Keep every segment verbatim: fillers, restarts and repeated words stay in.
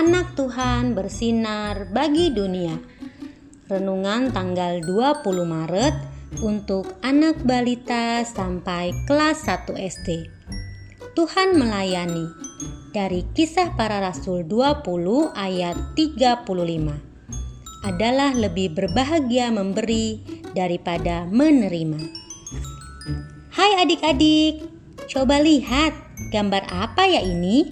Anak Tuhan bersinar bagi dunia. Renungan tanggal dua puluh Maret untuk anak balita sampai kelas satu S D. Tuhan melayani. Dari Kisah Para Rasul dua puluh ayat tiga puluh lima. Adalah lebih berbahagia memberi daripada menerima. Hai adik-adik, coba lihat gambar apa ya ini?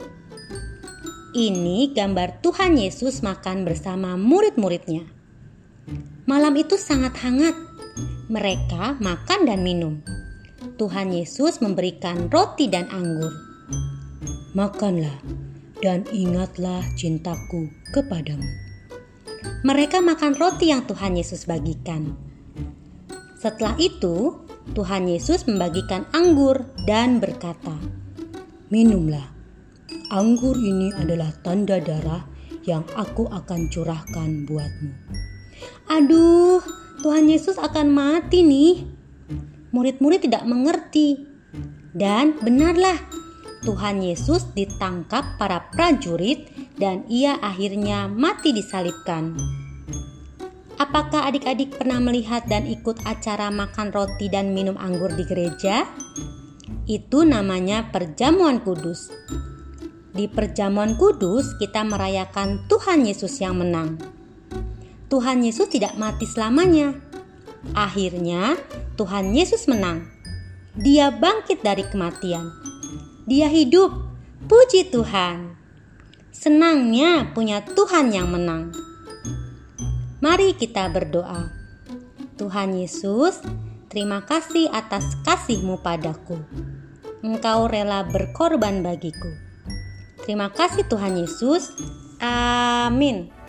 Ini gambar Tuhan Yesus makan bersama murid-muridnya. Malam itu sangat hangat. Mereka makan dan minum. Tuhan Yesus memberikan roti dan anggur. Makanlah dan ingatlah cintaku kepadamu. Mereka makan roti yang Tuhan Yesus bagikan. Setelah itu, Tuhan Yesus membagikan anggur dan berkata, "Minumlah. Anggur ini adalah tanda darah yang aku akan curahkan buatmu." Aduh, Tuhan Yesus akan mati nih. Murid-murid tidak mengerti. Dan benarlah, Tuhan Yesus ditangkap para prajurit dan ia akhirnya mati disalibkan. Apakah adik-adik pernah melihat dan ikut acara makan roti dan minum anggur di gereja? Itu namanya perjamuan kudus. Di perjamuan kudus kita merayakan Tuhan Yesus yang menang. Tuhan Yesus tidak mati selamanya. Akhirnya Tuhan Yesus menang. Dia bangkit dari kematian. Dia hidup. Puji Tuhan. Senangnya punya Tuhan yang menang. Mari kita berdoa. Tuhan Yesus, terima kasih atas kasih-Mu padaku. Engkau rela berkorban bagiku. Terima kasih Tuhan Yesus. Amin.